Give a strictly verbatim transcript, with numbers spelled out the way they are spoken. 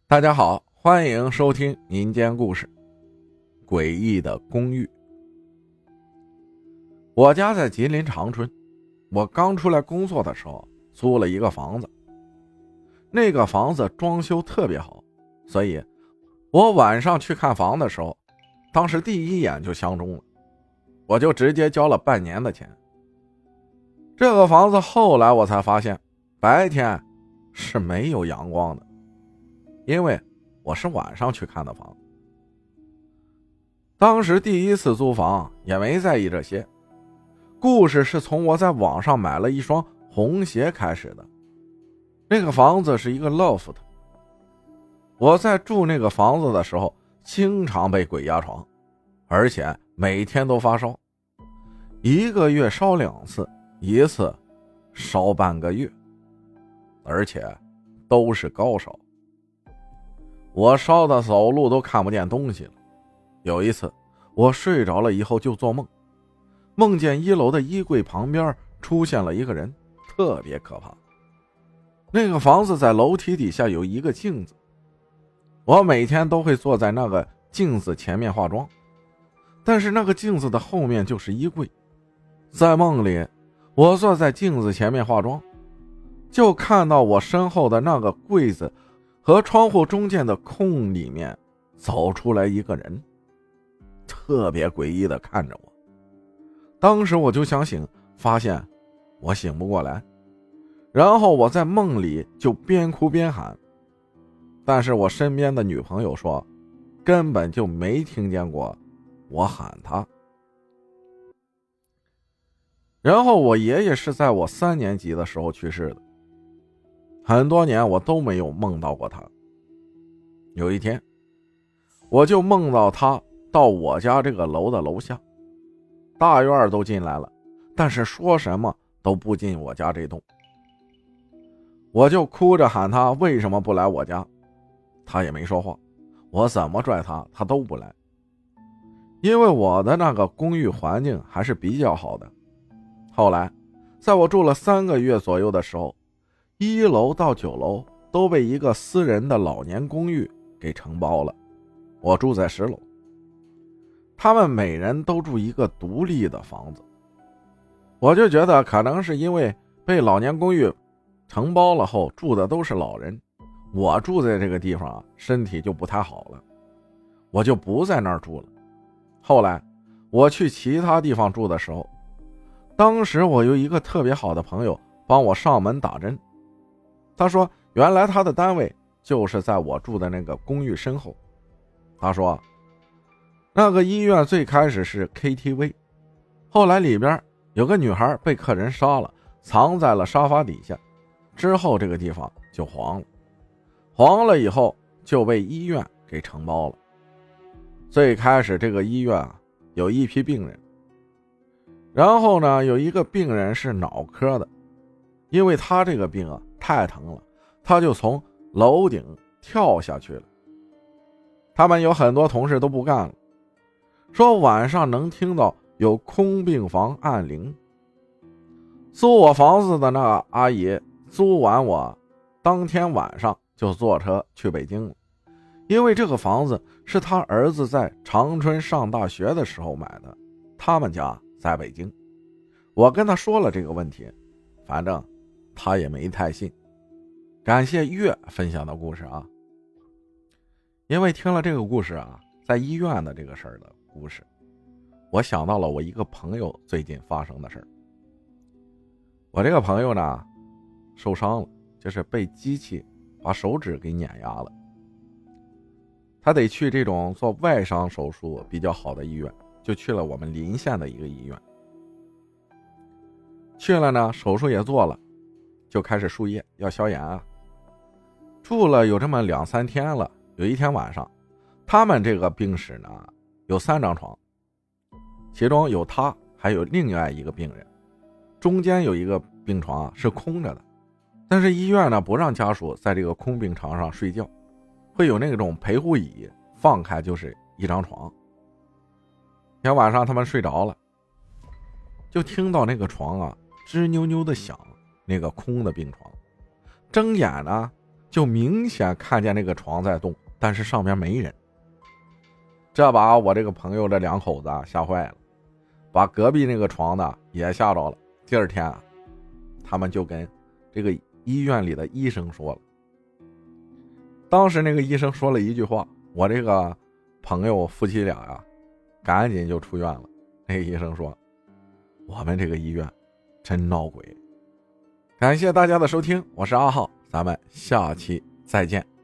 大家好，欢迎收听民间故事《诡异的公寓》。我家在吉林长春，我刚出来工作的时候租了一个房子，那个房子装修特别好，所以我晚上去看房的时候，当时第一眼就相中了，我就直接交了半年的钱。这个房子后来我才发现，白天是没有阳光的，因为我是晚上去看的房。当时第一次租房也没在意这些，故事是从我在网上买了一双红鞋开始的。那个房子是一个 loft， 我在住那个房子的时候经常被鬼压床，而且每天都发烧，一个月烧两次，一次烧半个月，而且都是高烧。我烧的走路都看不见东西了。有一次我睡着了以后就做梦，梦见一楼的衣柜旁边出现了一个人，特别可怕。那个房子在楼梯底下有一个镜子，我每天都会坐在那个镜子前面化妆，但是那个镜子的后面就是衣柜。在梦里我坐在镜子前面化妆，就看到我身后的那个柜子和窗户中间的空里面走出来一个人，特别诡异的看着我。当时我就想醒，发现我醒不过来，然后我在梦里就边哭边喊，但是我身边的女朋友说根本就没听见过我喊她。然后我爷爷是在我三年级的时候去世的，很多年我都没有梦到过他。有一天我就梦到他到我家这个楼的楼下，大院都进来了，但是说什么都不进我家这栋。我就哭着喊他为什么不来我家，他也没说话，我怎么拽他他都不来。因为我的那个公寓环境还是比较好的。后来在我住了三个月左右的时候，一楼到九楼都被一个私人的老年公寓给承包了，我住在十楼。他们每人都住一个独立的房子，我就觉得可能是因为被老年公寓承包了后住的都是老人，我住在这个地方啊，身体就不太好了，我就不在那儿住了。后来我去其他地方住的时候，当时我有一个特别好的朋友帮我上门打针，他说原来他的单位就是在我住的那个公寓身后。他说那个医院最开始是 K T V， 后来里边有个女孩被客人杀了，藏在了沙发底下，之后这个地方就黄了，黄了以后就被医院给承包了。最开始这个医院啊有一批病人，然后呢有一个病人是脑科的，因为他这个病啊太疼了，他就从楼顶跳下去了。他们有很多同事都不干了，说晚上能听到有空病房按铃。租我房子的那个阿姨租完我当天晚上就坐车去北京了，因为这个房子是他儿子在长春上大学的时候买的，他们家在北京。我跟他说了这个问题，反正他也没太信。感谢月分享的故事啊。因为听了这个故事啊，在医院的这个事儿的故事，我想到了我一个朋友最近发生的事儿。我这个朋友呢受伤了，就是被机器把手指给碾压了，他得去这种做外伤手术比较好的医院，就去了我们临县的一个医院。去了呢，手术也做了，就开始输液要消炎啊。住了有这么两三天了，有一天晚上，他们这个病室呢有三张床，其中有他还有另外一个病人，中间有一个病床啊是空着的，但是医院呢不让家属在这个空病床上睡觉，会有那种陪护椅，放开就是一张床。天晚上他们睡着了，就听到那个床啊吱扭扭的响，那个空的病床，睁眼呢就明显看见那个床在动，但是上面没人。这把我这个朋友这两口子啊吓坏了，把隔壁那个床的也吓着了。第二天啊，他们就跟这个医院里的医生说了。当时那个医生说了一句话，我这个朋友夫妻俩呀，赶紧就出院了。那个医生说，我们这个医院真闹鬼。感谢大家的收听，我是阿浩，咱们下期再见。